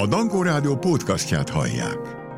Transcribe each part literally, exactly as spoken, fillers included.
A Dankó Rádió podcastját hallják.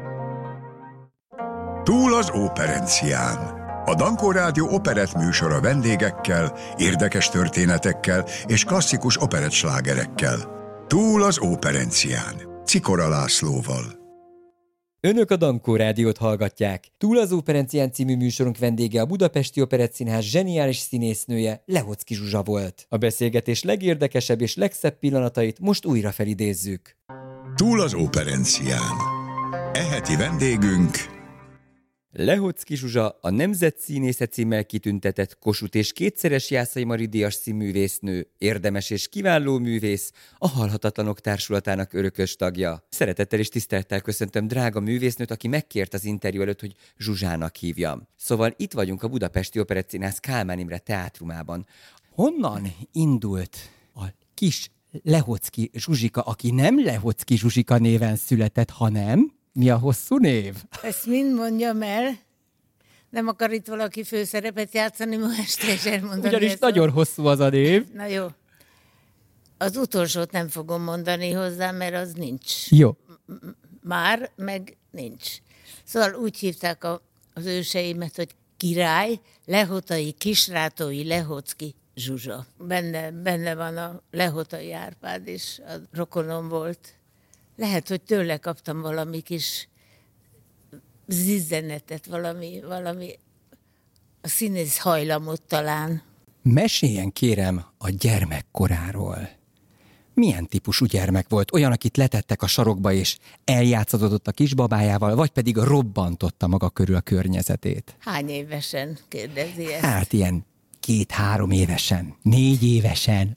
Túl az operencián. A Dankó Rádió operett műsora vendégekkel, érdekes történetekkel és klasszikus operett slágerekkel. Túl az operencián. Czikora Lászlóval. Önök a Dankó Rádiót hallgatják. Túl az Operencián című műsorunk vendége a Budapesti Operettszínház zseniális színésznője, Lehocki Zsuzsa volt. A beszélgetés legérdekesebb és legszebb pillanatait most újra felidézzük. Túl az operencián. E heti vendégünk Lehocki Zsuzsa, a Nemzetszínésze címmel kitüntetett Kossuth és kétszeres Jászai Mari díjas színművésznő, érdemes és kiváló művész, a Halhatatlanok Társulatának örökös tagja. Szeretettel és tisztelettel köszöntöm drága művésznőt, aki megkért az interjú előtt, hogy Zsuzsának hívjam. Szóval itt vagyunk a Budapesti Operettszínház Kálmán Imre teátrumában. Honnan indult a kis Lehocki Zsuzsika, aki nem Lehocki Zsuzsika néven született, hanem... Mi a hosszú név? Ezt mind mondjam el. Nem akar itt valaki főszerepet játszani ma este, és elmondani. Ugyanis ezt nagyon a... hosszú az a név. Na jó. Az utolsót nem fogom mondani hozzá, mert az nincs. Jó. Már, meg nincs. Szóval úgy hívták a, az őseimet, hogy Király, Lehotai, Kisrátói, Lehocki Zsuzsa. Benne, benne van a Lehotai Árpád is, a rokonom volt. Lehet, hogy tőle kaptam valami kis zizzenetet, valami, valami a színész hajlamot talán. Meséljen kérem a gyermekkoráról. Milyen típusú gyermek volt? Olyan, akit letettek a sarokba és eljátszadott a kisbabájával, vagy pedig robbantotta maga körül a környezetét? Hány évesen kérdezi ezt? Hát ilyen két-három évesen, négy évesen.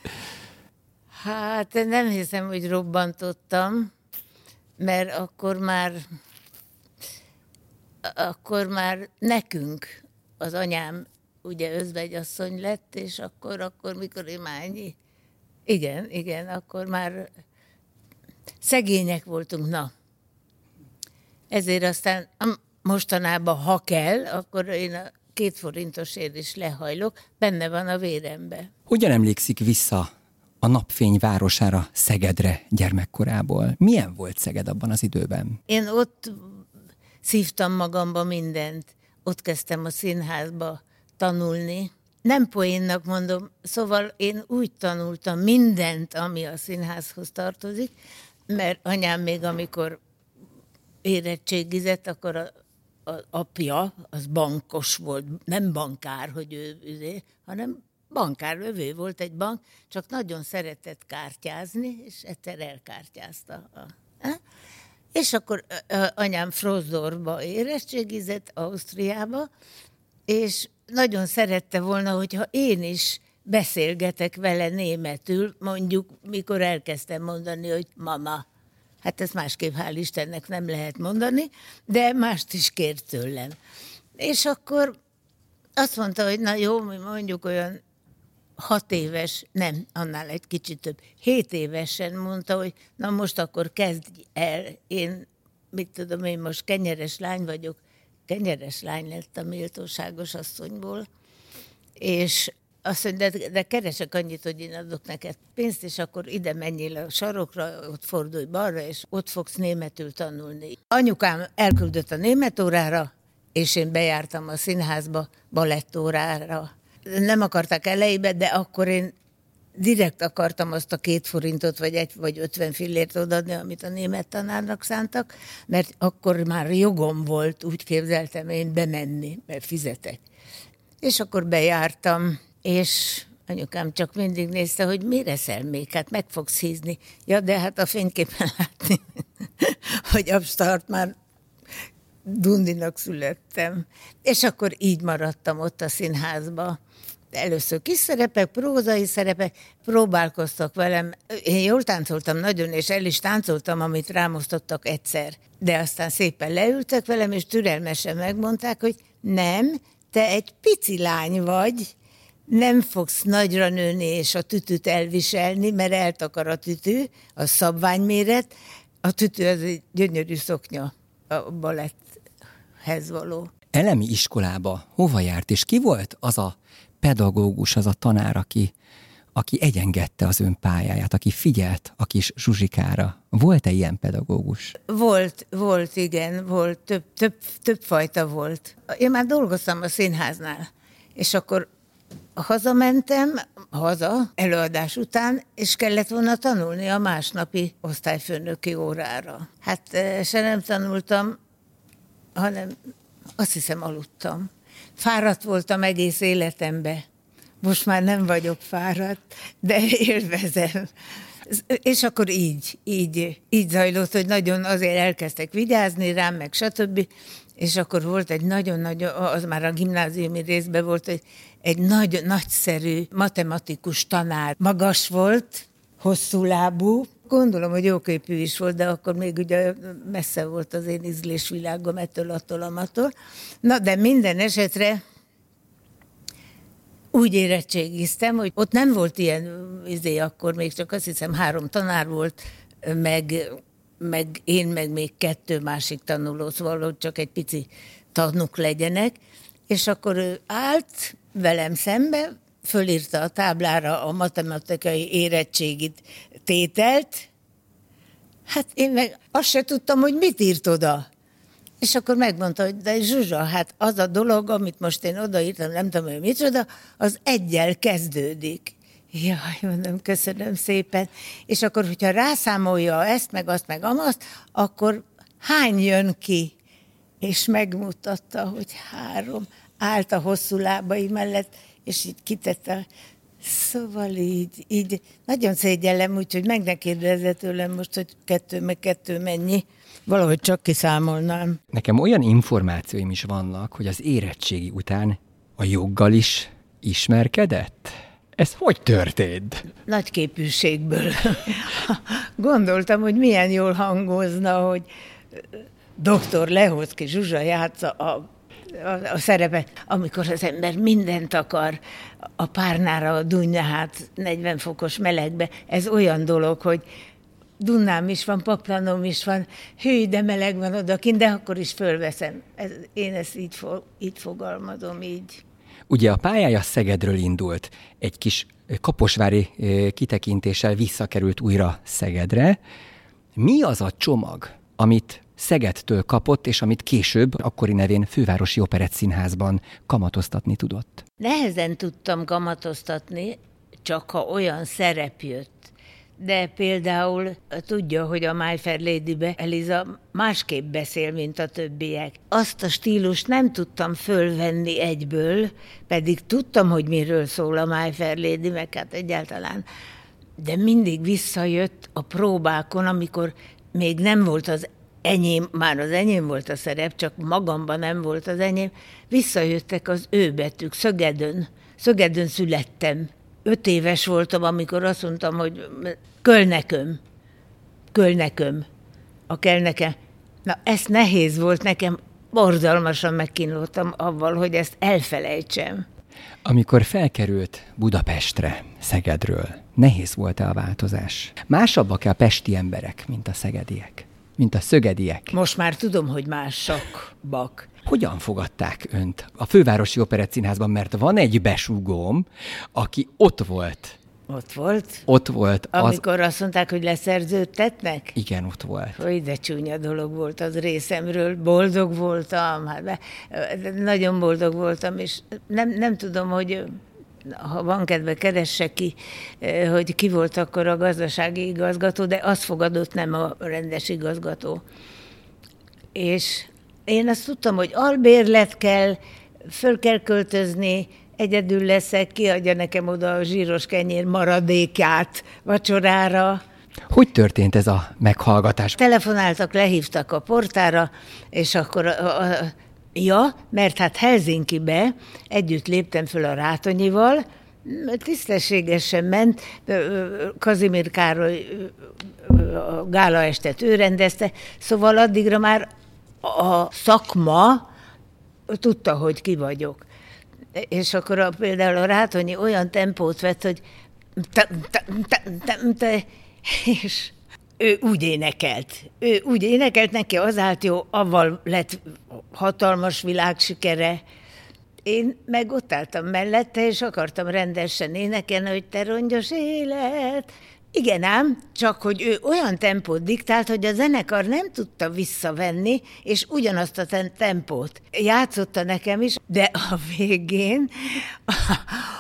Hát nem hiszem, hogy robbantottam, mert akkor már, akkor már nekünk az anyám ugye özvegyasszony lett, és akkor, akkor mikor én már ennyi, igen, igen, akkor már szegények voltunk, na. Ezért aztán mostanában, ha kell, akkor én a két forintosért is lehajlok, benne van a vérembe. Hogyan emlékszik vissza a napfény városára, Szegedre gyermekkorából? Milyen volt Szeged abban az időben? Én ott szívtam magamba mindent. Ott kezdtem a színházba tanulni. Nem poénnak mondom, szóval én úgy tanultam mindent, ami a színházhoz tartozik, mert anyám még amikor érettségizett, akkor a, a apja, az bankos volt, nem bankár, hogy ő, ő hanem bankár, övő volt egy bank, csak nagyon szeretett kártyázni, és egyszer elkártyázta. És akkor anyám Frozdorba érettségizett, Ausztriába, és nagyon szerette volna, hogyha én is beszélgetek vele németül, mondjuk, mikor elkezdtem mondani, hogy mama. Hát ezt másképp hál' Istennek nem lehet mondani, de mást is kért tőlem. És akkor azt mondta, hogy na jó, mi mondjuk olyan hat éves, nem, annál egy kicsit több, hét évesen mondta, hogy na most akkor kezdj el, én, mit tudom, én most kenyeres lány vagyok, kenyeres lány lett a méltóságos asszonyból, és azt mondja, de, de keresek annyit, hogy én adok neked pénzt, és akkor ide menjél a sarokra, ott fordulj balra, és ott fogsz németül tanulni. Anyukám elküldött a németórára, és én bejártam a színházba balettórára. Nem akarták elejébe, de akkor én direkt akartam azt a két forintot, vagy egy vagy ötven fillért odaadni, amit a német tanárnak szántak, mert akkor már jogom volt, úgy képzeltem én bemenni, mert fizetek. És akkor bejártam, és anyukám csak mindig nézte, hogy mire eszel még, hát meg fogsz hízni. Ja, de hát a fényképen látni, hogy abstart már Dundinak születtem. És akkor így maradtam ott a színházba. Először kis szerepek, prózai szerepek, próbálkoztak velem. Én jól táncoltam nagyon, és el is táncoltam, amit rám osztottak egyszer. De aztán szépen leültek velem, és türelmesen megmondták, hogy nem, te egy pici lány vagy, nem fogsz nagyra nőni és a tütüt elviselni, mert eltakar a tütü, a szabványméret. A tütü az egy gyönyörű szoknya a baletthez való. Elemi iskolába hova járt, és ki volt az a pedagógus, az a tanár, aki aki egyengedte az ön pályáját, aki figyelt a kis Zsuzsikára. Volt-e ilyen pedagógus? Volt, volt, igen, volt, több, több, több fajta volt. Én már dolgoztam a színháznál, és akkor hazamentem, haza, előadás után, és kellett volna tanulni a másnapi osztályfőnöki órára. Hát se nem tanultam, hanem azt hiszem aludtam. Fáradt voltam egész életemben. Most már nem vagyok fáradt, de élvezem. És akkor így, így, így zajlott, hogy nagyon azért elkezdtek vigyázni rám, meg stb. És akkor volt egy nagyon-nagyon, az már a gimnáziumi részben volt, egy, egy nagy, nagyszerű matematikus tanár. Magas volt, hosszú lábú, gondolom, hogy jóképű is volt, de akkor még ugye messze volt az én ízlésvilágom ettől, attól, amattól. Na, de minden esetre úgy érettségiztem, hogy ott nem volt ilyen, izé, akkor még csak azt hiszem három tanár volt, meg, meg én, meg még kettő másik tanuló, szóval hogy csak egy pici tanuk legyenek, és akkor ő állt velem szembe, fölírta a táblára a matematikai érettségit tételt, hát én meg azt se tudtam, hogy mit írt oda. És akkor megmondta, hogy de Zsuzsa, hát az a dolog, amit most én odaírtam, nem tudom, hogy micsoda, az egyel kezdődik. Jaj, mondom, köszönöm szépen. És akkor, hogyha rászámolja ezt, meg azt, meg amazt, akkor hány jön ki? És megmutatta, hogy három. Állt a hosszú lábai mellett, és így kitette. Szóval így, így nagyon szégyellem, úgyhogy meg ne kérdezze tőlem most, hogy kettő meg kettő mennyi. Valahogy csak kiszámolnám. Nekem olyan információim is vannak, hogy az érettségi után a joggal is ismerkedett? Ez hogy történt? Nagy képűségből. Gondoltam, hogy milyen jól hangozna, hogy doktor Lehoczky Zsuzsa játsza a, a, a szerepet, amikor az ember mindent akar a párnára a dunnyahát negyven fokos melegbe. Ez olyan dolog, hogy Dunnám is van, Paplanom is van, hű, de meleg van odakint, de akkor is fölveszem. Ez, én ezt így, fo- így fogalmazom, így. Ugye a pályája Szegedről indult, egy kis kaposvári kitekintéssel visszakerült újra Szegedre. Mi az a csomag, amit Szegedtől kapott, és amit később, akkori nevén Fővárosi Operettszínházban kamatoztatni tudott? Nehezen tudtam kamatoztatni, csak ha olyan szerep jött. De például tudja, hogy a My Fair Lady-be Eliza másképp beszél, mint a többiek. Azt a stílust nem tudtam fölvenni egyből, pedig tudtam, hogy miről szól a My Fair Lady, meg hát egyáltalán. De mindig visszajött a próbákon, amikor még nem volt az enyém, már az enyém volt a szerep, csak magamban nem volt az enyém, visszajöttek az ő betűk, Szögedön. Szögedön születtem. Öt éves voltam, amikor azt mondtam, hogy Kölneköm, Kölneköm, a Kelnekem. Na, ez nehéz volt nekem, borzalmasan megkínlottam avval, hogy ezt elfelejtsem. Amikor felkerült Budapestre, Szegedről, nehéz volt-e a változás? Másabbak-e a pesti emberek, mint a szegediek, mint a szögediek? Most már tudom, hogy másabbak. Hogyan fogadták önt a Fővárosi Operettszínházban, mert van egy besugóm, aki ott volt. Ott volt? Ott volt. Amikor az... azt mondták, hogy leszerződtetnek? Igen, ott volt. Hogy de csúnya dolog volt az részemről. Boldog voltam, hát nagyon boldog voltam, és nem, nem tudom, hogy ha van kedve, keresse ki, hogy ki volt akkor a gazdasági igazgató, de azt fogadott, nem a rendes igazgató. És én azt tudtam, hogy albérlet kell, föl kell költözni, egyedül leszek, kiadja nekem oda a zsíros kenyér maradékját vacsorára. Hogy történt ez a meghallgatás? Telefonáltak, lehívtak a portára, és akkor a, a, ja, mert hát Helsinkibe együtt léptem föl a Rátonyival, tisztességesen ment, Kazimír Károly a gálaestet ő rendezte, szóval addigra már a szakma tudta, hogy ki vagyok. És akkor a, például a Rátonyi olyan tempót vett, hogy te, te, te, te, te, és ő úgy énekelt. Ő úgy énekelt, neki az állt jó, avval lett hatalmas világsikere, én meg ott álltam mellette, és akartam rendesen énekelni, hogy te rongyos élet. Igen ám, csak hogy ő olyan tempót diktált, hogy a zenekar nem tudta visszavenni, és ugyanazt a tempót játszotta nekem is, de a végén a,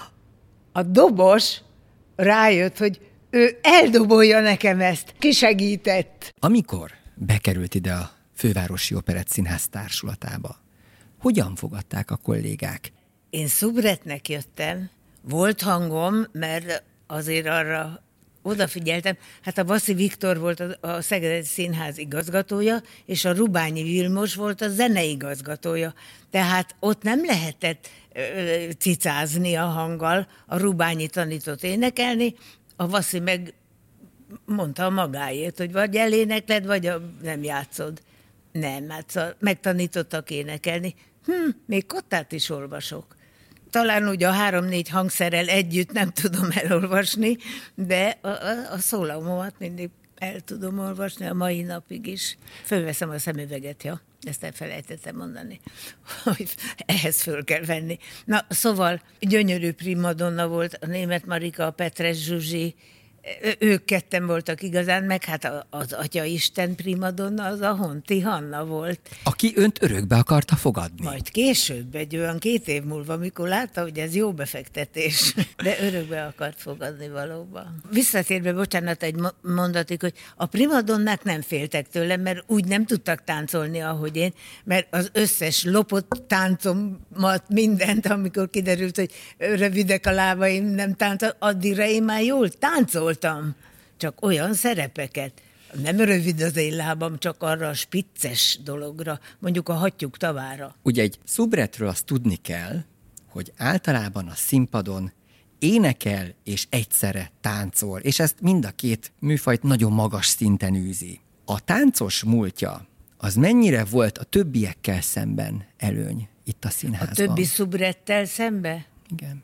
a dobos rájött, hogy ő eldobolja nekem ezt. Kisegített. Amikor bekerült ide a Fővárosi Operettszínház társulatába, hogyan fogadták a kollégák? Én szubretnek jöttem, volt hangom, mert azért arra odafigyeltem. Hát a Vaszi Viktor volt a, a Szegedi Színház igazgatója, és a Rubányi Vilmos volt a zeneigazgatója. Tehát ott nem lehetett ö, cicázni a hanggal, a Rubányi tanított énekelni, a Vaszi meg mondta magáért, hogy vagy elénekled, vagy a, nem játszod. Nem, hát szóval megtanítottak énekelni. Hm, még kottát is olvasok. Talán úgy a három-négy hangszerrel együtt nem tudom elolvasni, de a, a, a szólamomat mindig el tudom olvasni a mai napig is. Fölveszem a szemüveget, ja, ezt elfelejtettem mondani, hogy ehhez föl kell venni. Na, szóval gyönyörű primadonna volt a Németh Marika, a Petres Zsuzsi, ők ketten voltak igazán, meg hát az Atyaisten primadonna, az a Honti Hanna volt. Aki önt örökbe akarta fogadni. Majd később, egy olyan két év múlva, amikor látta, hogy ez jó befektetés, de örökbe akart fogadni valóban. Visszatérve, bocsánat, egy mondatig, hogy a primadonnák nem féltek tőlem, mert úgy nem tudtak táncolni, ahogy én, mert az összes lopott táncomat, mindent, amikor kiderült, hogy rövidek a lábaim, nem táncol, addigra én már jól táncol. Csak olyan szerepeket. Nem rövid az én lábam, csak arra a spicces dologra, mondjuk a Hattyúk tavára. Ugye egy szubretről azt tudni kell, hogy általában a színpadon énekel és egyszerre táncol, és ezt mind a két műfajt nagyon magas szinten űzi. A táncos múltja, az mennyire volt a többiekkel szemben előny itt a színházban? A többi szubrettel szembe? Igen.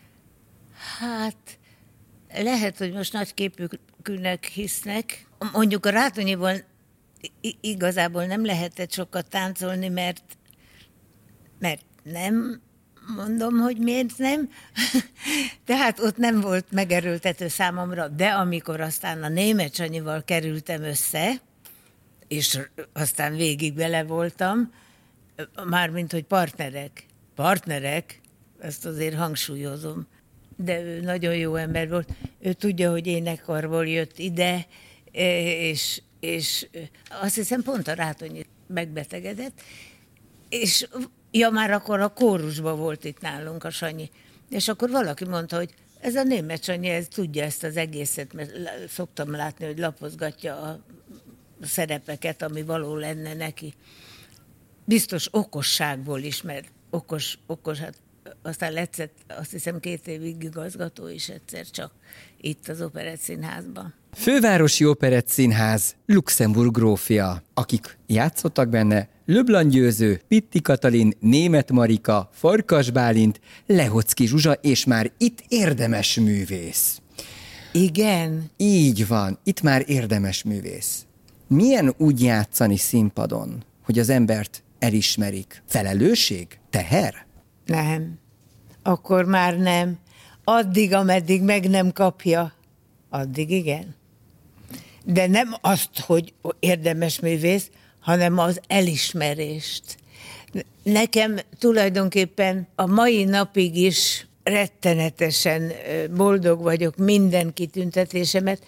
Hát... Lehet, hogy most nagyképűnek hisznek. Mondjuk a Rátonyiból igazából nem lehetett sokat táncolni, mert, mert nem, mondom, hogy miért nem. Tehát ott nem volt megerőltető számomra, de amikor aztán a Németh Sanyival kerültem össze, és aztán végig bele voltam, mármint, hogy partnerek. Partnerek, ezt azért hangsúlyozom. De ő nagyon jó ember volt. Ő tudja, hogy énekkarból jött ide, és, és azt hiszem pont a Rátonyi megbetegedett, és ja, már akkor a kórusban volt itt nálunk a Sanyi. És akkor valaki mondta, hogy ez a Németh Sanyi, ez tudja ezt az egészet, mert szoktam látni, hogy lapozgatja a szerepeket, ami való lenne neki. Biztos okosságból is, mert okos, okos, hát aztán lett, azt hiszem, két évig igazgató is egyszer csak itt az Operettszínházban. Fővárosi Operettszínház, Luxemburg grófja, akik játszottak benne: Löblan Győző, Pitti Katalin, Németh Marika, Farkas Bálint, Lehocki Zsuzsa, és már itt érdemes művész. Igen. Így van, itt már érdemes művész. Milyen úgy játszani színpadon, hogy az embert elismerik? Felelősség? Teher? Nem. Akkor már nem. Addig, ameddig meg nem kapja, addig igen. De nem azt, hogy érdemes művész, hanem az elismerést. Nekem tulajdonképpen a mai napig is rettenetesen boldog vagyok minden kitüntetésemet.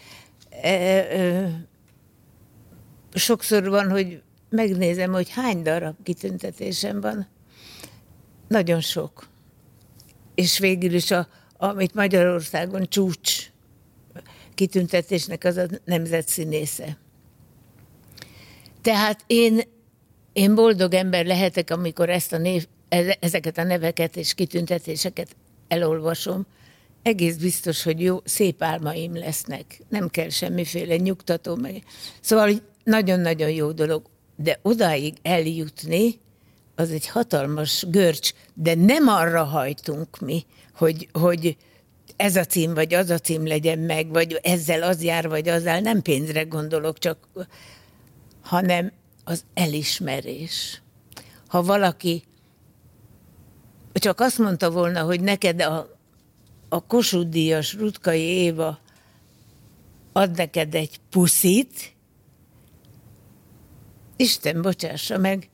Sokszor van, hogy megnézem, hogy hány darab kitüntetésem van. Nagyon sok. És végül is, a, amit Magyarországon csúcs kitüntetésnek az a nemzetszínésze. Tehát én, én boldog ember lehetek, amikor ezt a név, ezeket a neveket és kitüntetéseket elolvasom. Egész biztos, hogy jó, szép álmaim lesznek. Nem kell semmiféle nyugtató meg. Szóval nagyon-nagyon jó dolog. De odáig eljutni, az egy hatalmas görcs, de nem arra hajtunk mi, hogy, hogy ez a cím, vagy az a cím legyen meg, vagy ezzel az jár, vagy azzal, nem pénzre gondolok, csak, hanem az elismerés. Ha valaki csak azt mondta volna, hogy neked a, a Kossuth-díjas Rutkai Éva ad neked egy puszit, Isten bocsássa meg,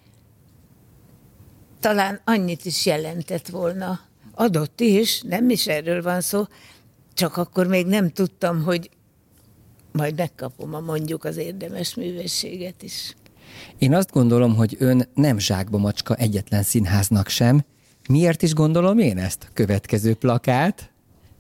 talán annyit is jelentett volna. Adott is, nem is erről van szó, csak akkor még nem tudtam, hogy majd megkapom a mondjuk az érdemes művességet is. Én azt gondolom, hogy ön nem Zsákba Macska egyetlen színháznak sem. Miért is gondolom én ezt? Következő plakát.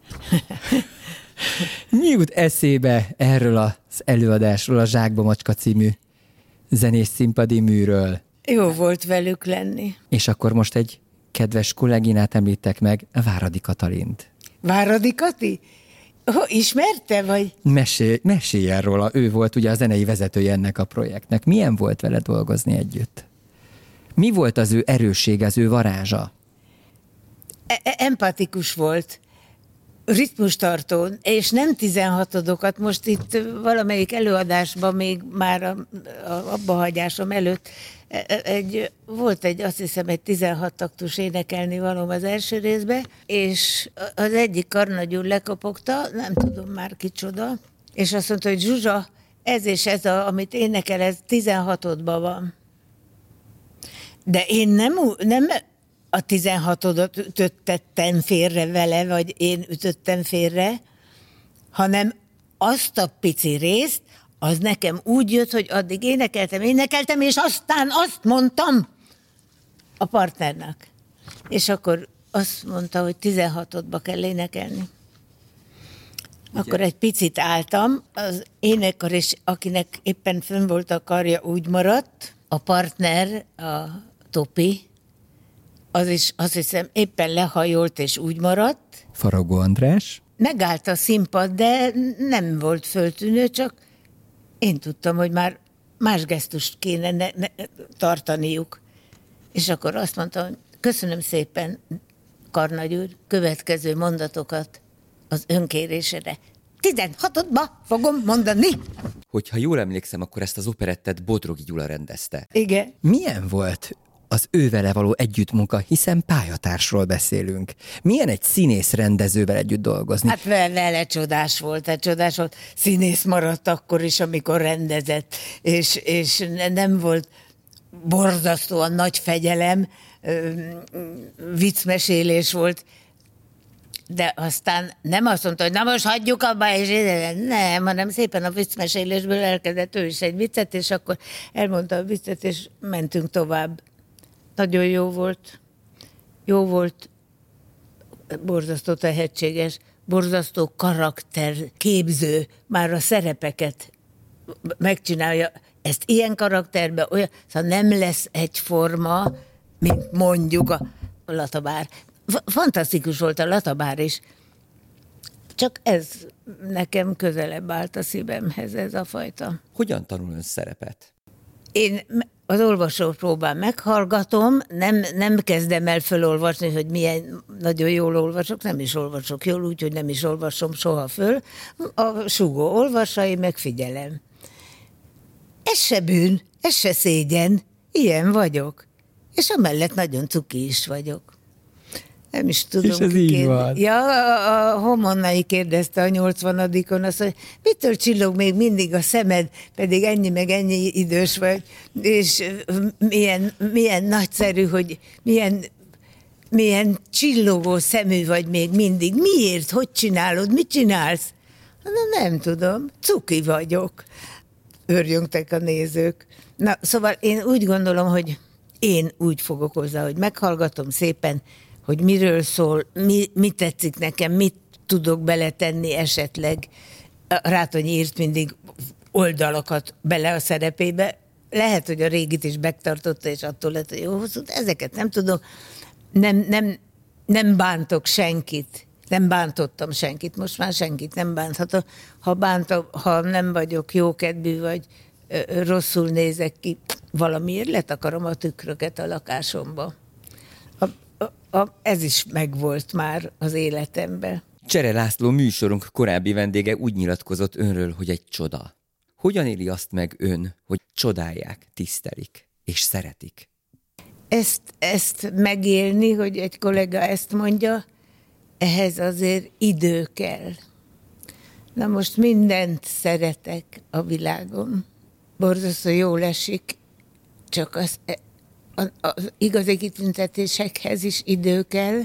Mi jut eszébe erről az előadásról, a Zsákba Macska című zenés színpadi műről? Jó volt velük lenni. És akkor most egy kedves kolléginát említek meg, Váradi Katalint. Váradi Kati? Oh, ismerte, vagy? Mesélj, mesélj el róla. Ő volt ugye a zenei vezetője ennek a projektnek. Milyen volt vele dolgozni együtt? Mi volt az ő erőssége, az ő varázsa? E- empatikus volt, ritmustartó, és nem tizenhatodokat. Most itt valamelyik előadásban még már a, a abbahagyásom előtt egy, volt egy, azt hiszem, egy tizenhat taktus énekelni valóm az első részbe, és az egyik karnagyúr lekopogta, nem tudom már kicsoda, és azt mondta, hogy Zsuzsa, ez és ez, a, amit énekel, ez tizenhatodban van. De én nem, nem a tizenhatodat ütöttem félre vele, vagy én ütöttem félre, hanem azt a pici részt, az nekem úgy jött, hogy addig énekeltem, énekeltem, és aztán azt mondtam a partnernek. És akkor azt mondta, hogy tizenhatodba kell énekelni. Akkor egy picit álltam, az énekar, és akinek éppen fönn volt a karja, úgy maradt. A partner, a Topi, az is azt hiszem éppen lehajolt, és úgy maradt. Faragó András. Megállt a színpad, de nem volt föltűnő, csak én tudtam, hogy már más gesztust kéne ne, ne, tartaniuk. És akkor azt mondtam, hogy köszönöm szépen, karnagyúr, következő mondatokat az önkérésére. tizenhatodba fogom mondani. Hogyha jól emlékszem, akkor ezt az operettet Bodrogi Gyula rendezte. Igen. Milyen volt az ővele való együttmunka, hiszen pályatársról beszélünk? Milyen egy színész rendezővel együtt dolgozni? Hát vele csodás volt, hát csodás volt. Színész maradt akkor is, amikor rendezett, és, és nem volt borzasztóan nagy fegyelem, viccmesélés volt, de aztán nem azt mondta, hogy na most hagyjuk abba, és nem, hanem szépen a viccmesélésből elkezdett ő is egy viccet, és akkor elmondta a viccet, és mentünk tovább. Nagyon jó volt. Jó volt, borzasztó tehetséges, borzasztó karakterképző, már a szerepeket megcsinálja. Ezt ilyen karakterben, olyan, szóval nem lesz egyforma, mint mondjuk a Latabár. Fantasztikus volt a Latabár is. Csak ez nekem közelebb állt a szívemhez, ez a fajta. Hogyan tanul ön szerepet? Én az olvasópróbán meghallgatom, nem, nem kezdem el fölolvasni, hogy milyen nagyon jól olvasok, nem is olvasok jól, úgyhogy nem is olvasom soha föl. A sugó olvassa, én megfigyelem. Ez se bűn, ez se szégyen, ilyen vagyok. És amellett nagyon cuki is vagyok. Nem is tudom. És ez így van. Ja, a, a Homonnai kérdezte a nyolcvanadikon azt, hogy mitől csillog még mindig a szemed, pedig ennyi meg ennyi idős vagy, és milyen, milyen nagyszerű, hogy milyen, milyen csillogó szemű vagy még mindig. Miért? Hogy csinálod? Mit csinálsz? Na, nem tudom. Cuki vagyok. Örjöngtek a nézők. Na, szóval én úgy gondolom, hogy én úgy fogok hozzá, hogy meghallgatom szépen, hogy miről szól, mi, mi tetszik nekem, mit tudok beletenni esetleg. Rátonyi írt mindig oldalakat bele a szerepébe. Lehet, hogy a régit is megtartotta, és attól lett, hogy jó hosszú, de ezeket nem tudom. Nem, nem, nem bántok senkit. Nem bántottam senkit, most már senkit nem bánthatom. Ha bántom, ha nem vagyok jókedvű, vagy ö, rosszul nézek ki, valamiért letakarom a tükröket a lakásomba. A, a, a, ez is megvolt már az életemben. Csere László műsorunk korábbi vendége úgy nyilatkozott önről, hogy egy csoda. Hogyan éli azt meg ön, hogy csodálják, tisztelik és szeretik? ezt, ezt megélni, hogy egy kollega ezt mondja, ehhez azért idő kell. Na most mindent szeretek a világon. Borzasztó jól esik, csak az, az, az igazi kitüntetésekhez is idő kell.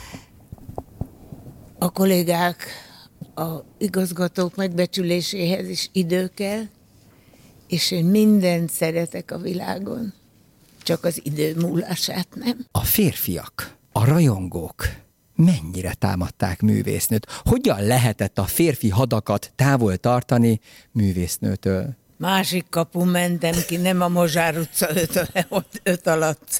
A kollégák, a igazgatók megbecsüléséhez is idő kell, és én mindent szeretek a világon, csak az idő múlását nem. A férfiak, a rajongók mennyire támadták művésznőt? Hogyan lehetett a férfi hadakat távol tartani művésznőtől? Másik kapun mentem ki, nem a Mozsár utca öt, öt alatt.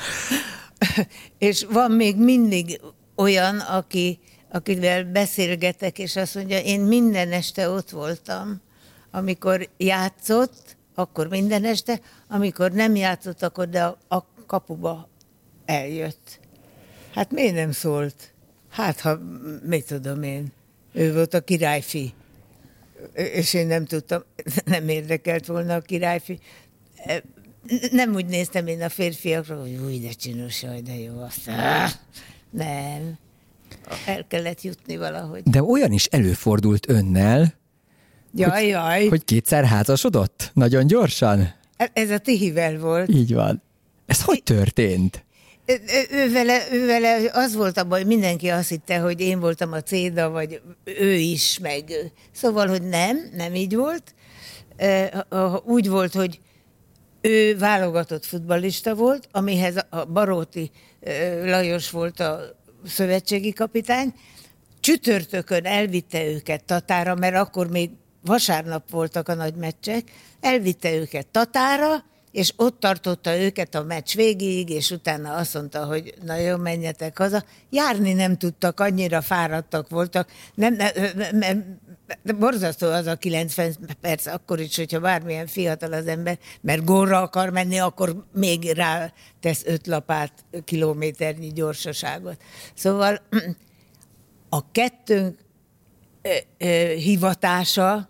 És van még mindig olyan, aki, akivel beszélgetek, és azt mondja, én minden este ott voltam. Amikor játszott, akkor minden este, amikor nem játszott, akkor de a, a kapuba eljött. Hát miért nem szólt? Hát, ha, mit tudom én, ő volt a királyfi. És én nem tudtam, nem érdekelt volna a királyfi. Nem úgy néztem én a férfiakra, hogy új, de csinos, jaj, de jó, aztán nem. El kellett jutni valahogy. De olyan is előfordult önnel, jaj, hogy, jaj. hogy kétszer házasodott? Nagyon gyorsan? Ez a Tihivel volt. Így van. Ez hogy történt? Ő, ő, vele, ő vele az volt abban, hogy mindenki azt hitte, hogy én voltam a céda, vagy ő is, meg. Szóval, hogy nem, nem így volt. Úgy volt, hogy ő válogatott futballista volt, amihez a Baróti Lajos volt a szövetségi kapitány. Csütörtökön elvitte őket Tatára, mert akkor még vasárnap voltak a nagy meccsek, elvitte őket Tatára, és ott tartotta őket a meccs végéig, és utána azt mondta, hogy na jó, menjetek haza. Járni nem tudtak, annyira fáradtak voltak. Nem, nem, nem, borzasztó az a kilencven perc, akkor is, hogyha bármilyen fiatal az ember, mert gólra akar menni, akkor még rá tesz öt lapát kilométernyi gyorsaságot. Szóval a kettőnk ö, ö, hivatása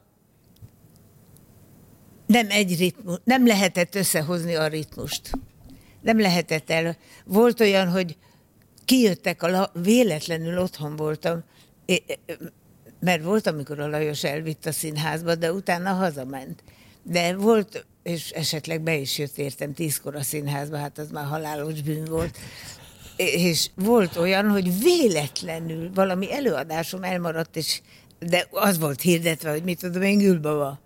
nem egy ritmus, nem lehetett összehozni a ritmust. Nem lehetett el. Volt olyan, hogy kijöttek, a la... véletlenül otthon voltam, mert volt, amikor a Lajos elvitt a színházba, de utána hazament. De volt, és esetleg be is jött értem tízkor a színházba, hát az már halálos bűn volt. És volt olyan, hogy véletlenül valami előadásom elmaradt, és, de az volt hirdetve, hogy mit tudom én, Gülbaba.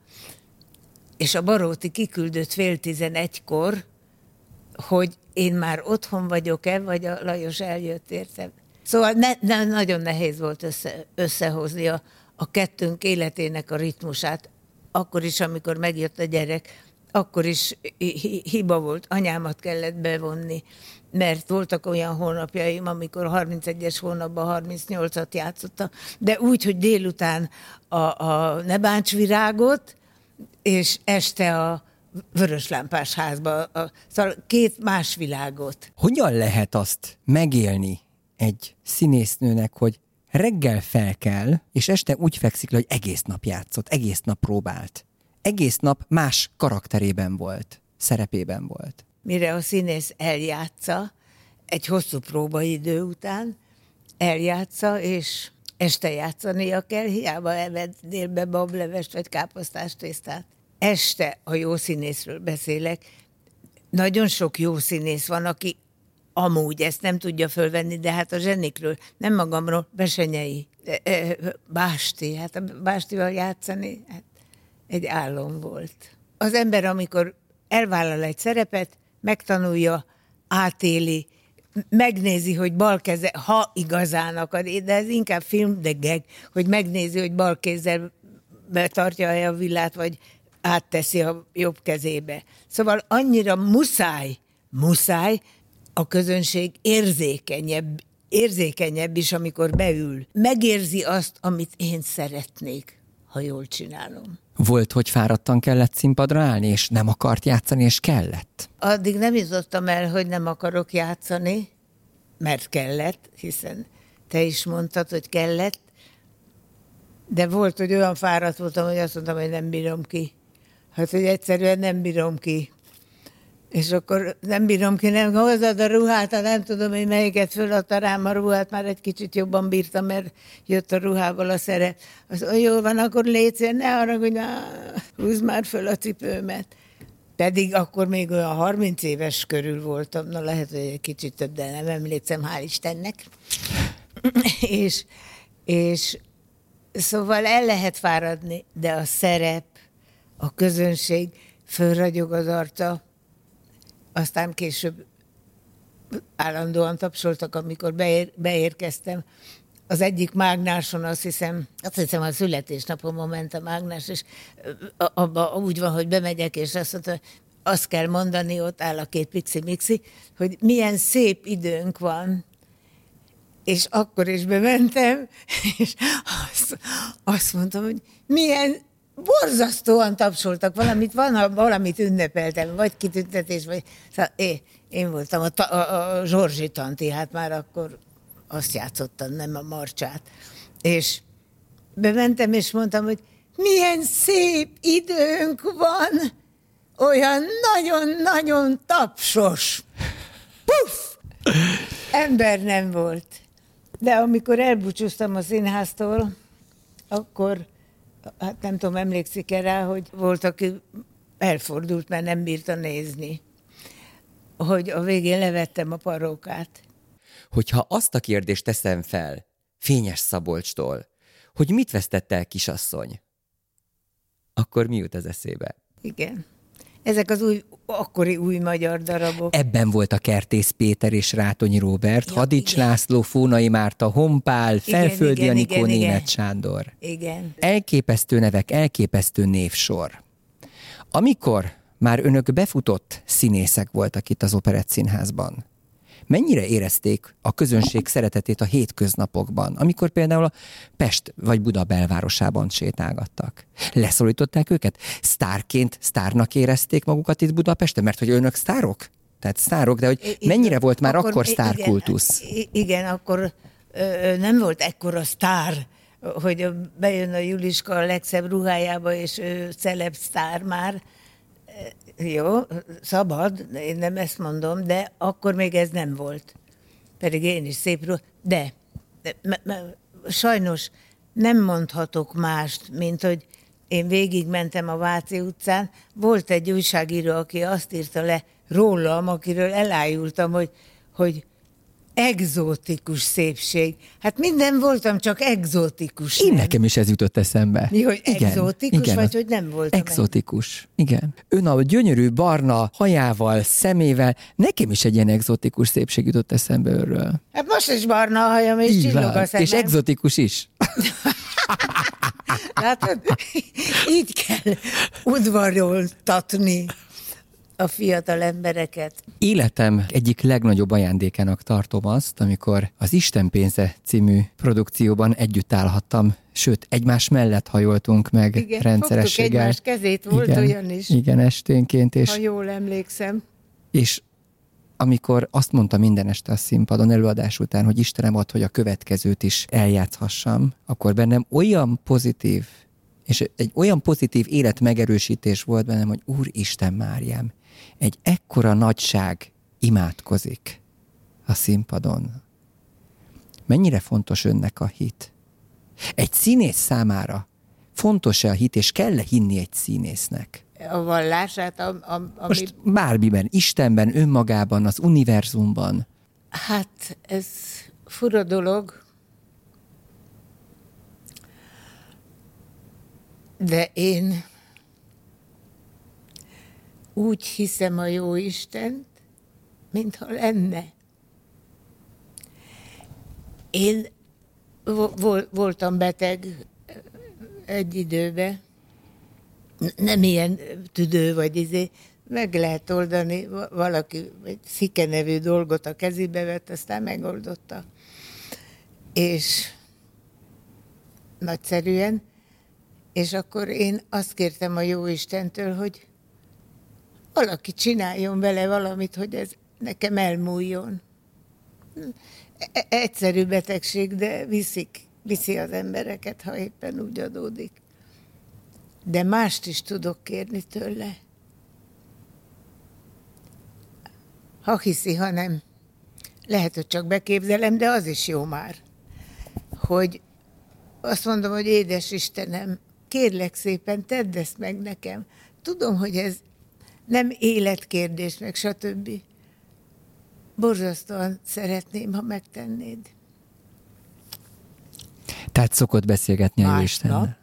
És a Baróti kiküldött fél tizenegykor, hogy én már otthon vagyok-e, vagy a Lajos eljött értem. Szóval ne, ne, nagyon nehéz volt össze, összehozni a, a kettőnk életének a ritmusát. Akkor is, amikor megjött a gyerek, akkor is hiba volt, anyámat kellett bevonni, mert voltak olyan hónapjaim, amikor harmincegyes hónapban harmincnyolcat játszottam, de úgy, hogy délután a, a Ne bánts virágot, és este a Vöröslámpás házba, a, szóval két más világot. Hogyan lehet azt megélni egy színésznőnek, hogy reggel felkel, és este úgy fekszik le, hogy egész nap játszott, egész nap próbált. Egész nap más karakterében volt, szerepében volt. Mire a színész eljátsza, egy hosszú próbaidő után eljátsza, és este játszania kell, hiába eved délbe bablevest vagy káposztás tésztát. Este a jó színészről beszélek. Nagyon sok jó színész van, aki amúgy ezt nem tudja fölvenni, de hát a zsenikről, nem magamról, Besenyei, Básti, hát a Bástival játszani, hát egy álom volt. Az ember, amikor elvállal egy szerepet, megtanulja, átéli, megnézi, hogy bal keze, ha igazán akar, de ez inkább film, de geg, hogy megnézi, hogy bal kézzel betartja a villát, vagy átteszi a jobb kezébe. Szóval annyira muszáj, muszáj, a közönség érzékenyebb, érzékenyebb is, amikor beül. Megérzi azt, amit én szeretnék, ha jól csinálom. Volt, hogy fáradtan kellett színpadra állni, és nem akart játszani, és kellett? Addig nem jutottam el, hogy nem akarok játszani, mert kellett, hiszen te is mondtad, hogy kellett, de volt, hogy olyan fáradt voltam, hogy azt mondtam, hogy nem bírom ki. Hát, hogy egyszerűen nem bírom ki. És akkor nem bírom ki, nem hozzad a ruhát, nem tudom, hogy melyiket föladta rám a ruhát, már egy kicsit jobban bírtam, mert jött a ruhával a szerep. Az olyan jól van, akkor légy, ne haragudj, húzd már föl a cipőmet. Pedig akkor még olyan harminc éves körül voltam, na lehet, hogy egy kicsit több, de nem emlékszem, hál' Istennek. és, és szóval el lehet fáradni, de a szerep, a közönség fölragyog az arca, aztán később állandóan tapsoltak, amikor beér, beérkeztem. Az egyik mágnáson, azt hiszem, azt hiszem a születésnapomon ment a mágnás, és abban úgy van, hogy bemegyek, és azt mondta, azt kell mondani, ott áll a két pixi-mixi, hogy milyen szép időnk van. És akkor is bementem, és azt, azt mondtam, hogy milyen borzasztóan tapsoltak, valamit, van, valamit ünnepeltem, vagy kitüntetés, vagy... Szóval én, én voltam a, a, a Zsorzsi tanti, hát már akkor azt játszottam, nem a Marcsát. És bementem, és mondtam, hogy milyen szép időnk van, olyan nagyon-nagyon tapsos. Puff! Ember nem volt. De amikor elbúcsúztam a színháztól, akkor, hát nem tudom, emlékszik-e rá, hogy volt, aki elfordult, mert nem bírta nézni. Hogy a végén levettem a parókát. Hogyha azt a kérdést teszem fel Fényes Szabolcstól, hogy mit vesztett el kisasszony, akkor mi jut az eszébe? Igen. Ezek az új, akkori új magyar darabok. Ebben volt a Kertész Péter és Rátonyi Róbert, Ja, Hadics igen. László, Fónai Márta, Honpál, Felföldi igen, Anikó, igen, igen. Németh Sándor. Igen. Elképesztő nevek, elképesztő névsor. Amikor már önök befutott színészek voltak itt az Operettszínházban, mennyire érezték a közönség szeretetét a hétköznapokban, amikor például a Pest vagy Buda belvárosában sétálgattak? Leszólították őket? Sztárként, sztárnak érezték magukat itt Budapesten? Mert hogy önök sztárok? Tehát sztárok, de hogy I- mennyire igen, volt már akkor, akkor igen, sztárkultusz? i- Igen, akkor ö, nem volt ekkora sztár, hogy bejön a Juliska a legszebb ruhájába, és ő celeb sztár már. Jó, szabad, én nem ezt mondom, de akkor még ez nem volt. Pedig én is szép ruha, de, de m- m- sajnos nem mondhatok mást, mint hogy én végigmentem a Váci utcán, volt egy újságíró, aki azt írta le rólam, akiről elájultam, hogy, hogy egzotikus szépség. Hát minden voltam, csak egzotikus. Én nem. nekem is ez jutott eszembe. Mi, hogy Igen, egzotikus, igen, vagy hogy nem voltam? Exotikus, igen. Ön a gyönyörű barna hajával, szemével, nekem is egy ilyen exotikus szépség jutott eszembe őről. Hát most is barna a hajam, és Így csillog van. a szemem. És exotikus is. Látod? Így kell udvaroltatni a fiatal embereket. Életem egyik legnagyobb ajándékának tartom azt, amikor az Isten pénze című produkcióban együtt állhattam, sőt, egymás mellett hajoltunk meg Igen, rendszerességgel. fogtuk egymás kezét, volt igen, olyan is, igen, esténként, és, ha jól emlékszem. és amikor azt mondta minden este a színpadon előadás után, hogy Istenem ad, hogy a következőt is eljátszhassam, akkor bennem olyan pozitív, és egy olyan pozitív életmegerősítés volt bennem, hogy Úristen Máriám, egy ekkora nagyság imádkozik a színpadon. Mennyire fontos önnek a hit? Egy színész számára fontos-e a hit, és kell-e hinni egy színésznek? A vallását, a, a, ami... Most bármiben, Istenben, önmagában, az univerzumban. Hát ez fura dolog, de én úgy hiszem a jó Istent, mintha lenne. Én vo- voltam beteg egy időben, nem ilyen tüdő vagy izé, meg lehet oldani, valaki egy Szike nevű dolgot a kezébe vett, aztán megoldotta. És nagyszerűen, és akkor én azt kértem a jó Istentől, hogy valaki csináljon vele valamit, hogy ez nekem elmúljon. E- egyszerű betegség, de viszik, viszi az embereket, ha éppen úgy adódik. De mást is tudok kérni tőle. Ha hiszi, ha nem. Lehet, hogy csak beképzelem, de az is jó már. Hogy azt mondom, hogy édes Istenem, kérlek szépen, tedd ezt meg nekem. Tudom, hogy ez nem életkérdés, meg stb. Borzasztóan szeretném, ha megtennéd. Tehát szokott beszélgetni a Jóistennel? Másnap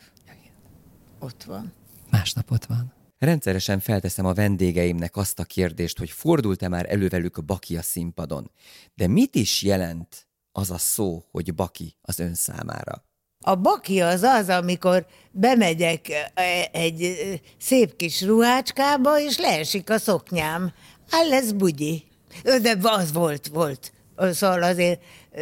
ott van. Másnap ott van. Rendszeresen felteszem a vendégeimnek azt a kérdést, hogy fordult-e már elő velük Baki a színpadon. De mit is jelent az a szó, hogy Baki az ön számára? A baki az az, amikor bemegyek egy szép kis ruhácskába, és leesik a szoknyám. Áll lesz bugyi. De az volt, volt. Szóval azért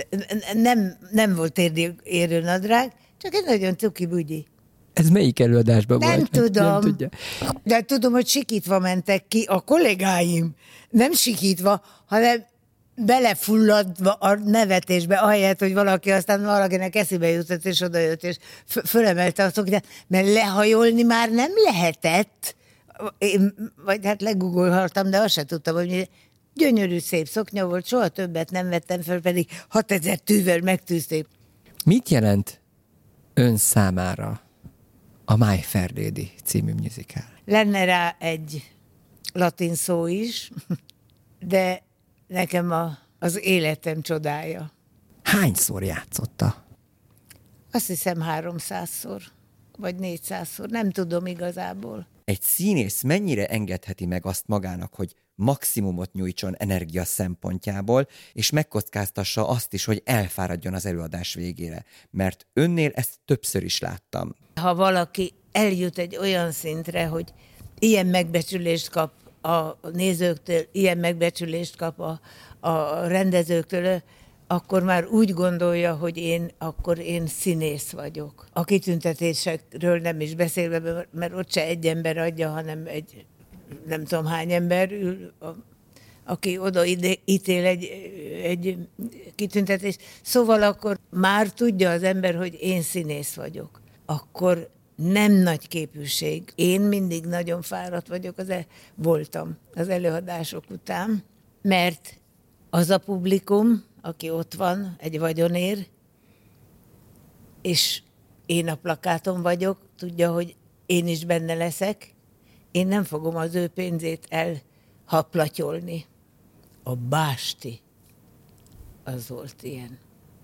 nem, nem volt érőnadrág, csak egy nagyon cuki bugyi. Ez melyik előadásban nem volt? Tudom. Nem tudja. De tudom, hogy sikítva mentek ki a kollégáim. Nem sikítva, hanem belefulladva a nevetésbe, ahelyett, hogy valaki aztán valakinek eszébe jutott, és odajött, és f- fölemelte a szoknyát, mert lehajolni már nem lehetett. Én, vagy hát legugolhattam, de azt se tudtam, hogy gyönyörű, szép szoknya volt, soha többet nem vettem föl, pedig hatezer tűvel megtűzték. Mit jelent ön számára a My Fair Lady című musical? Lenne rá egy latin szó is, de nekem a, az életem csodája. Hányszor játszotta? Azt hiszem háromszázszor, vagy négyszázszor, nem tudom igazából. Egy színész mennyire engedheti meg azt magának, hogy maximumot nyújtson energia szempontjából, és megkockáztassa azt is, hogy elfáradjon az előadás végére. Mert önnél ezt többször is láttam. Ha valaki eljut egy olyan szintre, hogy ilyen megbecsülést kap a nézőktől, ilyen megbecsülést kap a, a rendezőktől, akkor már úgy gondolja, hogy én, akkor én színész vagyok. A kitüntetésekről nem is beszélve, mert ott se egy ember adja, hanem egy nem tudom hány ember ül, a, aki oda ide, ítél egy, egy kitüntetést. Szóval akkor már tudja az ember, hogy én színész vagyok. Akkor nem nagy képűség. Én mindig nagyon fáradt vagyok, az el, voltam az előadások után, mert az a publikum, aki ott van, egy vagyonér, és én a plakáton vagyok, tudja, hogy én is benne leszek, én nem fogom az ő pénzét elhaplatyolni. A básti, az volt ilyen.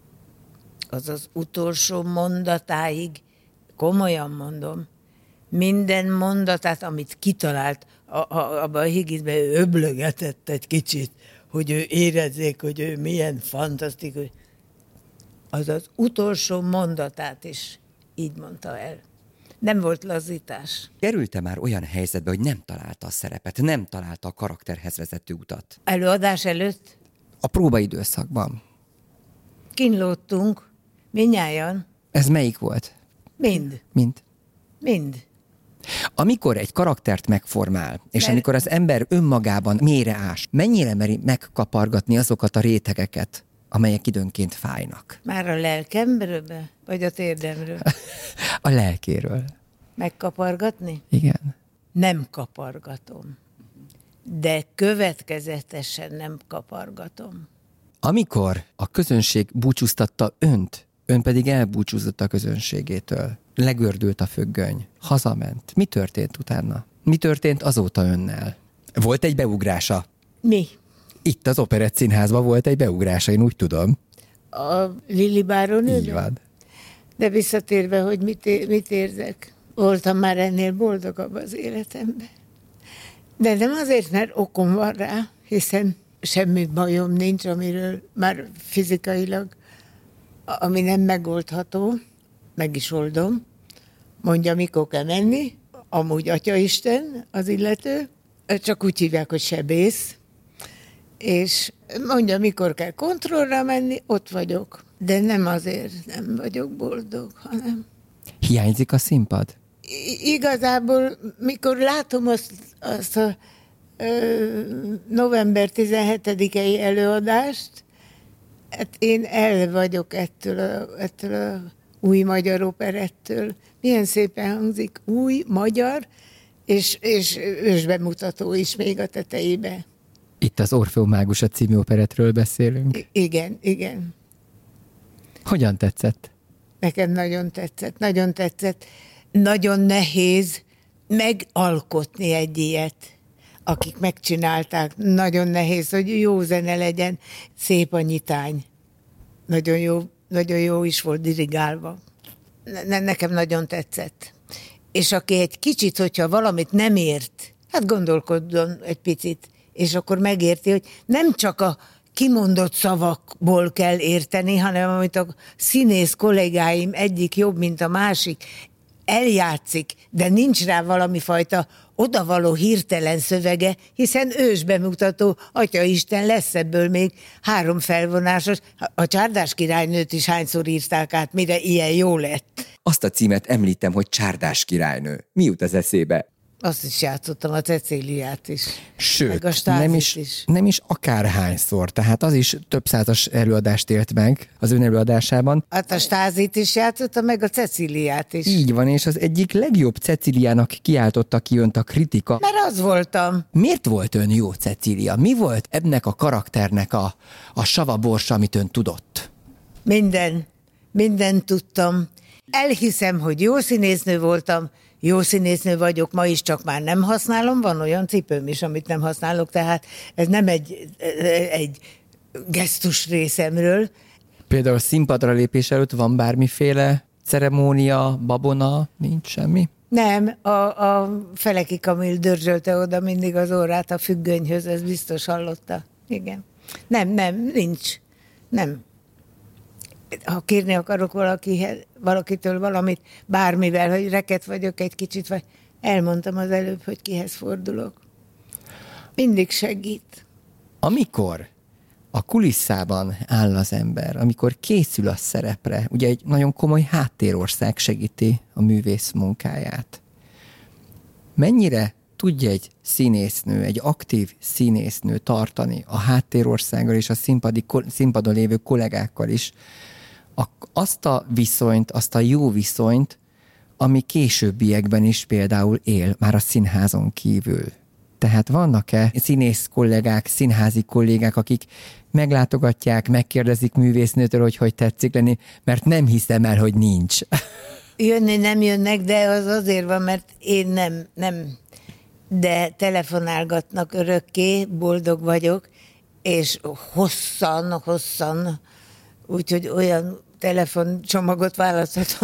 Az az utolsó mondatáig, komolyan mondom, minden mondatát, amit kitalált, a, a, abban a Higginsben ő öblögetett egy kicsit, hogy ő érezzék, hogy ő milyen fantasztikus. Az az utolsó mondatát is így mondta el. Nem volt lazítás. Került-e már olyan helyzetbe, hogy nem találta a szerepet, nem találta a karakterhez vezető utat? Előadás előtt A próbaidőszakban. kínlódtunk, mindnyájan, Ez melyik volt? mind, Mint? mind. Amikor egy karaktert megformál, és Mert- amikor az ember önmagában mélyre ás, mennyire meri megkapargatni azokat a rétegeket, amelyek időnként fájnak? Már a lelkemről, vagy a térdemről A lelkéről. megkapargatni? Igen. Nem kapargatom. De következetesen nem kapargatom. Amikor a közönség búcsúztatta önt, ön pedig elbúcsúzott a közönségétől. Legördült a függöny. Hazament. Mi történt utána? Mi történt azóta önnel? Volt egy beugrása. Mi? Itt az Operett Színházban volt egy beugrása, én úgy tudom. A Lili Báronőben? Így van. De visszatérve, hogy mit, é- mit érzek, voltam már ennél boldogabb az életemben. De nem azért, mert okom van rá, hiszen semmi bajom nincs, amiről már fizikailag, ami nem megoldható, meg is oldom. Mondja, mikor kell menni, amúgy Atyaisten az illető, csak úgy hívják, hogy sebész, és mondja, mikor kell kontrollra menni, ott vagyok. De nem azért nem vagyok boldog, hanem Hiányzik a színpad? I- igazából, mikor látom azt, azt a ö, november tizenhetedikei előadást, hát én el vagyok ettől a, ettől a új magyar operettől. Milyen szépen hangzik, új magyar, és, és ősbemutató is még a tetejébe. Itt az Orfeó Mágusa című operettről beszélünk. I- igen, igen. Hogyan tetszett? Nekem nagyon tetszett, nagyon tetszett. Nagyon nehéz megalkotni egy ilyet. Akik megcsinálták, nagyon nehéz, hogy jó zene legyen, szép a nyitány. Nagyon jó, nagyon jó is volt dirigálva. Ne, nekem nagyon tetszett. És aki egy kicsit, hogyha valamit nem ért, hát gondolkodjon egy picit, és akkor megérti, hogy nem csak a kimondott szavakból kell érteni, hanem amit a színész kollégáim egyik jobb, mint a másik, eljátszik, de nincs rá valami fajta odavaló hirtelen szövege, hiszen ősbemutató, Atyaisten, lesz ebből még három felvonásos. A Csárdás királynőt is hányszor írták át, mire ilyen jó lett. Azt a címet említem, hogy Csárdás királynő. Mi jut az eszébe? Azt is játszottam, a Cecíliát is. Sőt, meg a Stázit nem is, is. nem is akárhányszor, tehát az is több százas előadást élt meg az ön előadásában. Hát a Stázit is játszottam, meg a Cecíliát is. Így van, és az egyik legjobb Cecíliának kiáltotta ki önt a kritika. Mert az voltam. Miért volt ön jó Cecília? Mi volt ennek a karakternek a, a savaborsa, amit ön tudott? Minden, mindent tudtam. Elhiszem, hogy jó színésznő voltam, jó színésznő vagyok, ma is, csak már nem használom, van olyan cipőm is, amit nem használok, tehát ez nem egy, egy gesztus részemről. Például színpadra lépés előtt van bármiféle ceremónia, babona, nincs semmi? Nem, a, a Feleki Kamil dörzsölte oda mindig az órát a függönyhöz, ez biztos hallotta. Igen. Nem, nem, nincs. Nem. Ha kérni akarok valakihez, valakitől valamit, bármivel, hogy reket vagyok egy kicsit, vagy elmondtam az előbb, hogy kihez fordulok. Mindig segít. Amikor a kulisszában áll az ember, amikor készül a szerepre, ugye egy nagyon komoly háttérország segíti a művész munkáját. Mennyire tudja egy színésznő, egy aktív színésznő tartani a háttérországgal és a színpadi, színpadon lévő kollégákkal is azt a viszonyt, azt a jó viszonyt, ami későbbiekben is például él, már a színházon kívül. Tehát vannak-e színész kollégák, színházi kollégák, akik meglátogatják, megkérdezik művésznőtől, hogy hogy tetszik lenni, mert nem hiszem el, hogy nincs. Jönni nem jönnek, de az azért van, mert én nem, nem, de telefonálgatnak örökké, boldog vagyok, és hosszan, hosszan, úgyhogy olyan telefoncsomagot választhatom,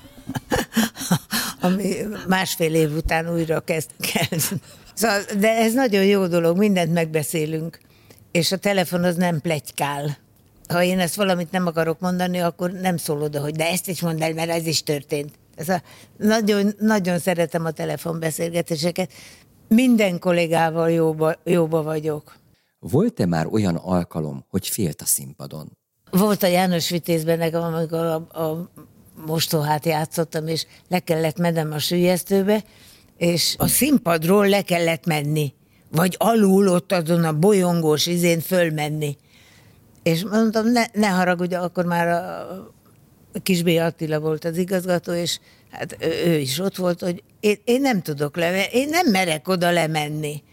ami másfél év után újra kezd kell. Szóval, de ez nagyon jó dolog, mindent megbeszélünk, és a telefon az nem pletykál. Ha én ezt valamit nem akarok mondani, akkor nem szól oda, hogy de ezt is mondd el, mert ez is történt. Ez a, nagyon, nagyon szeretem a telefonbeszélgetéseket. Minden kollégával jóba, jóba vagyok. Volt-e már olyan alkalom, hogy félt a színpadon? Volt a János Vitézben nekem, amikor a, a mostohát játszottam, és le kellett mennem a süllyesztőbe, és a színpadról le kellett menni, vagy alul ott azon a bolyongós izén fölmenni. És mondtam, ne, ne haragudj, akkor már a Kis B. Attila volt az igazgató, és hát ő, ő is ott volt, hogy én, én nem tudok lemenni, én nem merek oda lemenni.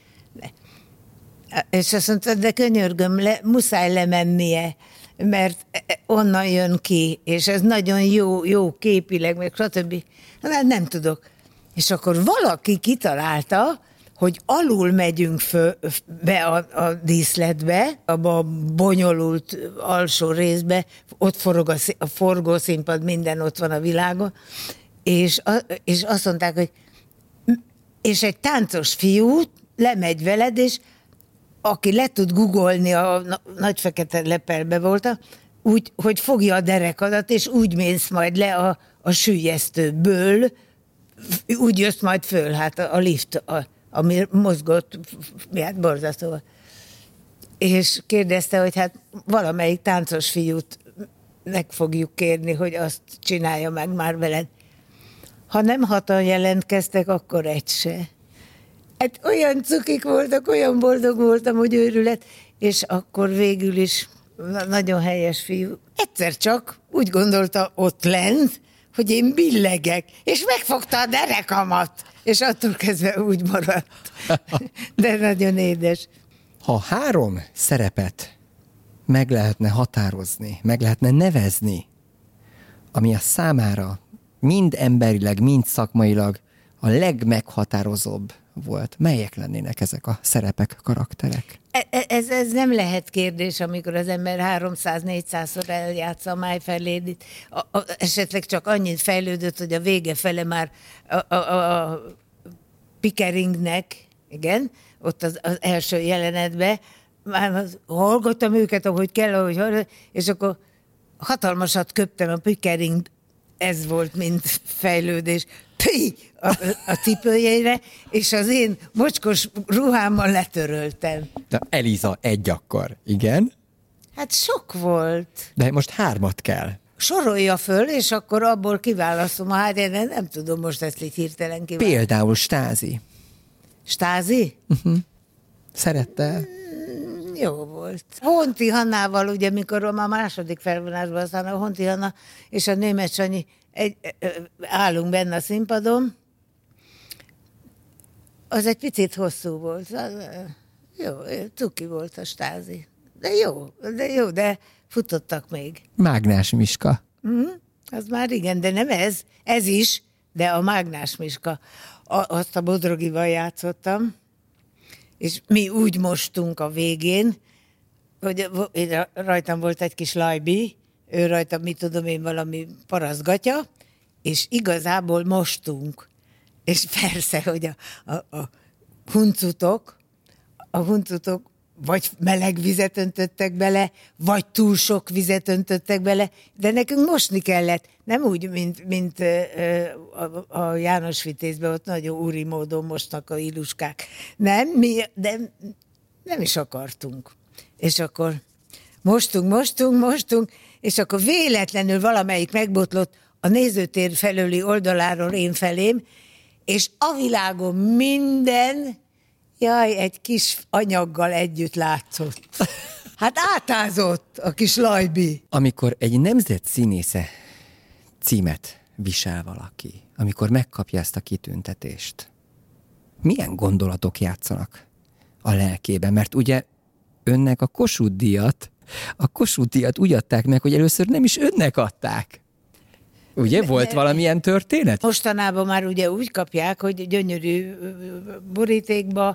És azt mondta, de könyörgöm, le, muszáj lemennie, mert onnan jön ki, és ez nagyon jó, jó képileg, meg stb. Hát nem tudok. És akkor valaki kitalálta, hogy alul megyünk fő, be a, a díszletbe, abba a bonyolult alsó részbe, ott forog a, a forgószínpad, minden ott van a világon, és, a, és azt mondták, hogy és egy táncos fiú lemegy veled, és aki le tud googolni, a nagy fekete lepelbe volt, úgy, hogy fogja a derekadat, és úgy mész majd le a, a süllyesztőből, úgy jössz majd föl, hát a, a lift, a, ami mozgott, hát borzasztó. És kérdezte, hogy hát valamelyik táncos fiút meg fogjuk kérni, hogy azt csinálja meg már veled. Ha nem hatan jelentkeztek, akkor egy se. Hát olyan cukik voltak, olyan boldog voltam, hogy őrület, és akkor végül is nagyon helyes fiú. Egyszer csak úgy gondolta ott lent, hogy én billegek, és megfogta a derekamat, és attól kezdve úgy maradt. De nagyon édes. Ha három szerepet meg lehetne határozni, meg lehetne nevezni, ami a számára mind emberileg, mind szakmailag a legmeghatározóbb volt, melyek lennének ezek a szerepek, karakterek? Ez, ez nem lehet kérdés, amikor az ember háromszáz-négyszázszor eljátsza a My Fair Lady-t. A, a, esetleg csak annyit fejlődött, hogy a vége fele már a, a, a, a Pickeringnek, igen, ott az, az első jelenetben, már az, hallgattam őket, ahogy kell, ahogy hallgattam, és akkor hatalmasat köptem a Pickering, ez volt, mint fejlődés, Pi! A, a cipőjeire, és az én mocskos ruhámmal letöröltem. De Eliza, egy akkor, igen? Hát sok volt. De most hármat kell. Sorolja föl, és akkor abból kiválasztom. Hát én nem tudom most ezt így hirtelen kiválasztom. Például Stázi. Stázi? Uh-huh. Szerette? Mm, jó volt. Honti Hannával, ugye, mikor a második felvonásban, aztán a Honti Hanna és a Németh Sanyi egy, állunk benne a színpadon, az egy picit hosszú volt. Jó, cuki volt a Stázi. De jó, de jó, de futottak még. Mágnás Miska. Mm, az már igen, de nem ez. Ez is, de a Mágnás Miska. A, azt a Bodrogival játszottam, és mi úgy mostunk a végén, hogy rajtam volt egy kis lajbi, ő rajta, mit tudom én, valami parasztgatya, és igazából mostunk. És persze, hogy a, a, a huncutok, a huncutok vagy meleg vizet öntöttek bele, vagy túl sok vizet öntöttek bele, de nekünk mosni kellett. Nem úgy, mint, mint a, a János Vitézben, ott nagyon úri módon mosnak a iluskák. Nem, mi, de nem is akartunk. És akkor mostunk, mostunk, mostunk, és akkor véletlenül valamelyik megbotlott a nézőtér felőli oldaláról én felém, és a világon minden, jaj, egy kis anyaggal együtt látszott. Hát átázott a kis lajbi. Amikor egy nemzet színésze címet visel valaki, amikor megkapja ezt a kitüntetést, milyen gondolatok játszanak a lelkében? Mert ugye önnek a Kossuth-díjat, a Kossuth-díjat úgy adták meg, hogy először nem is önnek adták. Ugye? Volt valamilyen történet? Mostanában már ugye úgy kapják, hogy gyönyörű borítékba,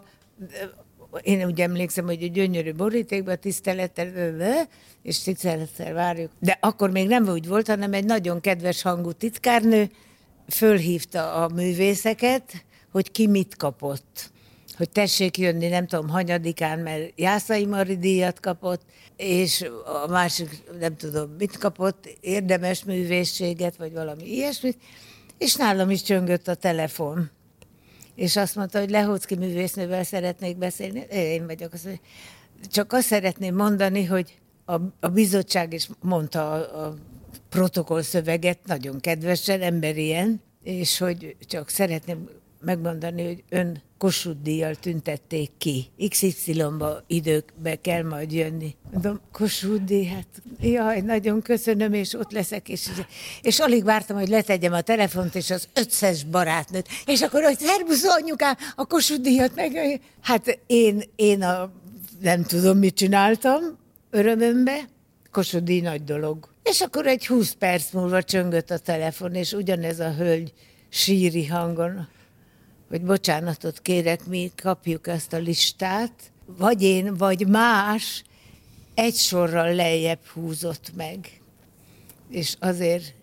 én úgy emlékszem, hogy gyönyörű borítékba tisztelettel, és tisztelettel várjuk. De akkor még nem úgy volt, hanem egy nagyon kedves hangú titkárnő fölhívta a művészeket, hogy ki mit kapott. Hogy tessék jönni, nem tudom, hanyadikán, mert Jászai Mari díjat kapott, és a másik, nem tudom, mit kapott, érdemes művészséget, vagy valami ilyesmit, és nálam is csöngött a telefon. És azt mondta, hogy Lehoczky művésznővel szeretnék beszélni. Én vagyok. Azt mondja, csak azt szeretném mondani, hogy a, a bizottság is mondta a, a protokollszöveget, nagyon kedvesen, emberien, és hogy csak szeretném megmondani, hogy ön Kossuth-díjjal tüntették ki. iksz ipszilon-ba időkbe kell majd jönni. Mondom, Kossuth-díj, hát jaj, nagyon köszönöm, és ott leszek, és, és alig vártam, hogy letegyem a telefont, és az összes barátnőt, és akkor, hogy szervusz anyukám, a Kossuth-díjat meg... Hát én, én a, nem tudom, mit csináltam örömömbe, Kossuth-díj nagy dolog. És akkor egy húsz perc múlva csöngött a telefon, és ugyanez a hölgy síri hangon, hogy bocsánatot kérek, mi kapjuk ezt a listát, vagy én, vagy más egy sorral lejjebb húzott meg. És azért,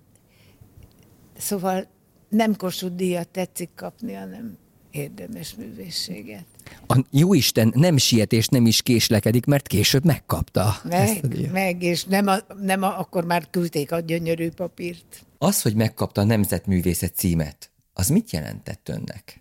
szóval nem Kossuth-díjat tetszik kapni, hanem érdemes művészséget. A jóisten nem siet és nem is késlekedik, mert később megkapta. Meg, meg és nem, a, nem a, akkor már küldték a gyönyörű papírt. Az, hogy megkapta a Nemzetművészet címet, az mit jelentett önnek?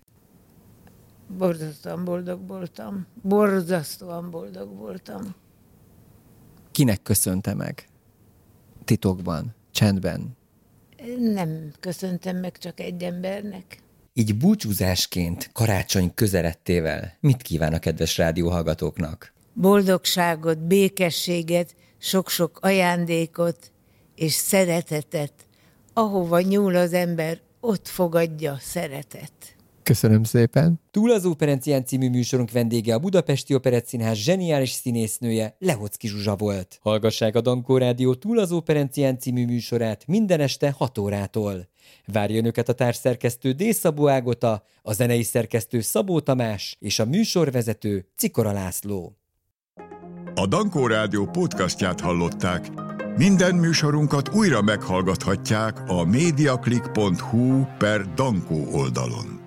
Borzasztóan boldog voltam. Borzasztóan boldog voltam. Kinek köszönte meg? Titokban, csendben? Nem köszöntem meg csak egy embernek. Így búcsúzásként, karácsony közelettével mit kíván a kedves rádióhallgatóknak? Boldogságot, békességet, sok-sok ajándékot és szeretetet. Ahova nyúl az ember, ott fogadja szeretet. Köszönöm szépen. Túl az Operencián című műsorunk vendége a Budapesti Operettszínház zseniális színésznője, Lehoczky Zsuzsa volt. Hallgassák a Dankó Rádió Túl az Operencián című műsorát minden este hat órától. Várja önöket a társszerkesztő D. Szabó Ágota, a zenei szerkesztő Szabó Tamás és a műsorvezető Cikora László. A Dankó Rádió podcastját hallották. Minden műsorunkat újra meghallgathatják a mediaclick pont hu per Dankó oldalon.